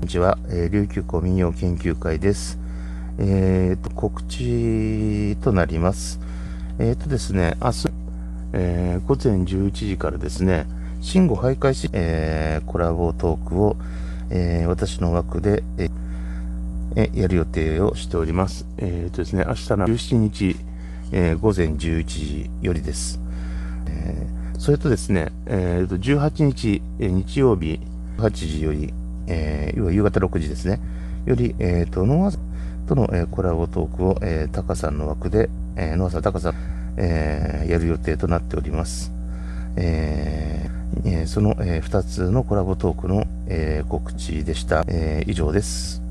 こんにちは、琉球古民謡研究会です。告知となります。ですね、明日、午前11時からですね、新語徘徊し、コラボトークを、私の枠で、やる予定をしております。ですね、明日の17日、午前11時よりです。それとですね、18日、日曜日8時より、要は夕方6時ですね、より、ノアとの、コラボトークを、タカさんの枠で、ノアさん、タカさん、やる予定となっております。その、2つのコラボトークの、告知でした。以上です。